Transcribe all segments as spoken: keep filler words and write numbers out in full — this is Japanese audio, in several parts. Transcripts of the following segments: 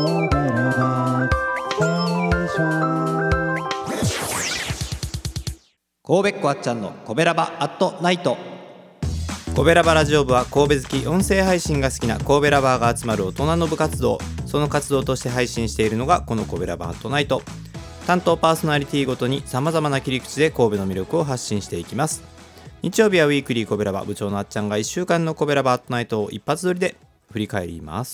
神戸っ子あっちゃんのコベラバアットナイト。コベラバラジオ部は神戸好き、音声配信が好きな神戸ラバーが集まる大人の部活動。その活動として配信しているのがこのコベラバアットナイト。担当パーソナリティごとに様々な切り口で神戸の魅力を発信していきます。日曜日はウィークリーコベラバ部長のあっちゃんがいっしゅうかんのコベラバアットナイトを一発撮りで振り返ります。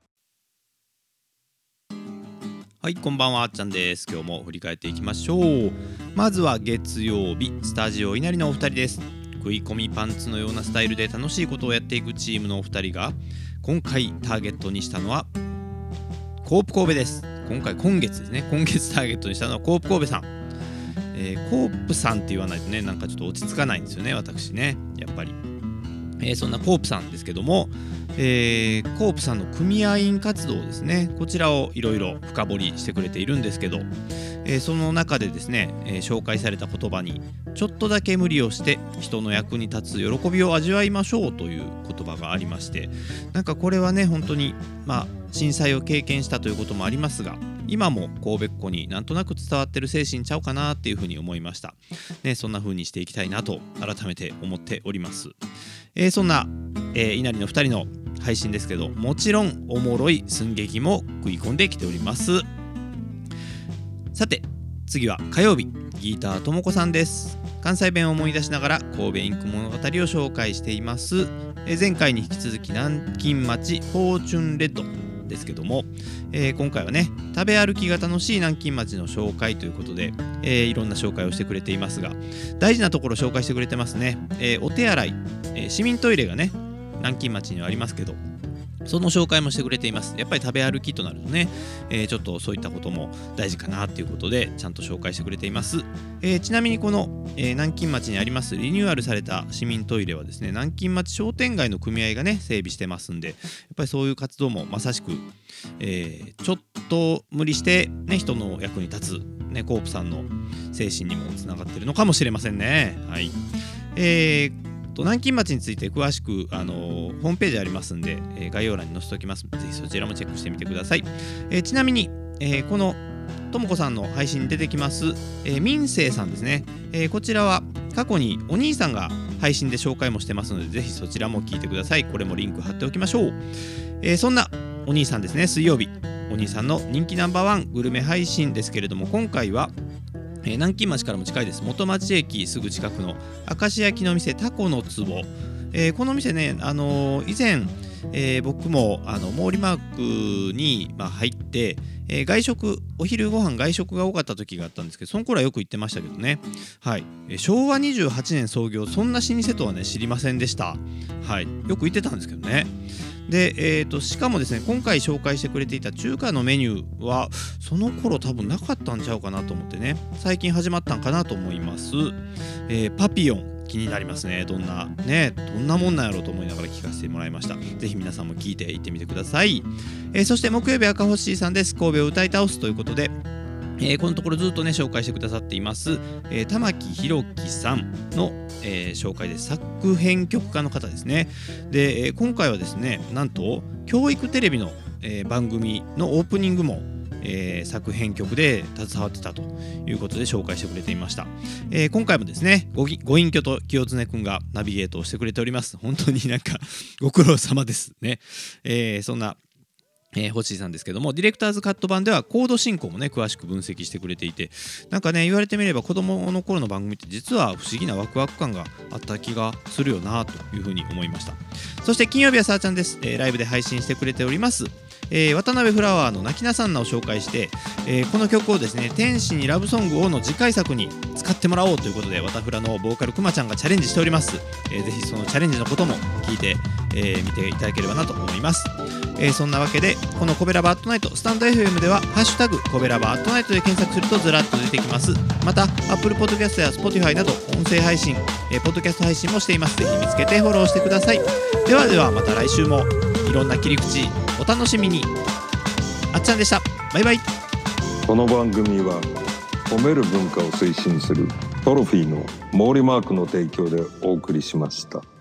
はい、こんばんは、あっちゃんです。今日も振り返っていきましょう。まずは月曜日、スタジオ稲荷のお二人です。食い込みパンツのようなスタイルで楽しいことをやっていくチームのお二人が今回ターゲットにしたのはコープ神戸です。今回今月ですね今月ターゲットにしたのはコープ神戸さん、えー、コープさんって言わないとねなんかちょっと落ち着かないんですよね、私ね、やっぱり、えー、そんなコープさんですけども、えー、コープさんの組合員活動ですね、こちらをいろいろ深掘りしてくれているんですけど、えー、その中でですね、えー、紹介された言葉にちょっとだけ無理をして人の役に立つ喜びを味わいましょうという言葉がありまして、なんかこれはね本当にまあ震災を経験したということもありますが、今も神戸っ子になんとなく伝わってる精神ちゃうかなっていうふうに思いました、ね、そんな風にしていきたいなと改めて思っております。えー、そんな、えー、稲荷のふたりの配信ですけど、もちろんおもろい寸劇も食い込んできております。さて次は火曜日、ギーターともこさんです。関西弁を思い出しながら神戸インク物語を紹介しています。えー、前回に引き続き南京町フォーチュンレッドですけども、えー、今回はね食べ歩きが楽しい南京町の紹介ということで、えー、いろんな紹介をしてくれていますが、大事なところ紹介してくれてますね。えー、お手洗い、えー、市民トイレがね南京町にはありますけど、その紹介もしてくれています。やっぱり食べ歩きとなるとね、えー、ちょっとそういったことも大事かなっていうことでちゃんと紹介してくれています。えー、ちなみにこの、えー、南京町にありますリニューアルされた市民トイレはですね、南京町商店街の組合がね整備してますんで、やっぱりそういう活動もまさしく、えー、ちょっと無理してね人の役に立つねコープさんの精神にもつながってるのかもしれませんね。はい。えー南京町について詳しく、あのー、ホームページありますんで、えー、概要欄に載せておきます。ぜひそちらもチェックしてみてください。えー、ちなみに、えー、このともこさんの配信に出てきます、えー、民生さんですね、えー、こちらは過去にお兄さんが配信で紹介もしてますので、ぜひそちらも聞いてください。これもリンク貼っておきましょう。えー、そんなお兄さんですね、水曜日お兄さんの人気ナンバーワングルメ配信ですけれども、今回はえー、南京町からも近いです。元町駅すぐ近くの明石焼きの店タコの壺、えー、この店ね、あのー、以前、えー、僕もあの毛利マークに、まあ、入って、えー、外食お昼ご飯外食が多かった時があったんですけど、その頃はよく行ってましたけどね。はい、えー、しょうわにじゅうはちねん創業、そんな老舗とはね知りませんでした。はい、よく行ってたんですけどね。で、えーと、しかもですね、今回紹介してくれていた中華のメニューはその頃多分なかったんちゃうかなと思ってね、最近始まったんかなと思います。えー、パピヨン気になりますね。どんなねどんなもんなんやろうと思いながら聞かせてもらいました。ぜひ皆さんも聞いていってみてください。えー、そして木曜日赤星さんです。神戸を歌い倒すということで、えー、このところずっとね紹介してくださっています、えー、玉木宏樹さんの、えー、紹介です。作編曲家の方ですね。で、えー、今回はですねなんと教育テレビの、えー、番組のオープニングも、えー、作編曲で携わってたということで紹介してくれていました。えー、今回もですね ご, ご隠居と清常くんがナビゲートをしてくれております。本当になんかご苦労様ですね。えー、そんなえー、星さんですけども、ディレクターズカット版ではコード進行もね詳しく分析してくれていて、なんかね言われてみれば子供の頃の番組って実は不思議なワクワク感があった気がするよなというふうに思いました。そして金曜日はさあちゃんです。えー、ライブで配信してくれております、えー、渡辺フラワーの泣きなさんなを紹介して、えー、この曲をですね天使にラブソングをの次回作に使ってもらおうということで、わたフラのボーカルくまちゃんがチャレンジしております。えー、ぜひそのチャレンジのことも聞いて、えー、見ていただければなと思います。えー、そんなわけでこのコベラバアットナイトスタンド エフエム ではハッシュタグコベラバアットナイトで検索するとずらっと出てきます。また Apple Podcast や Spotify など音声配信、えー、ポッドキャスト配信もしています。ぜひ見つけてフォローしてください。ではではまた来週もいろんな切り口お楽しみに。あっちゃんでした。バイバイ。 この番組は褒める文化を推進するトロフィーの毛利マークの提供でお送りしました。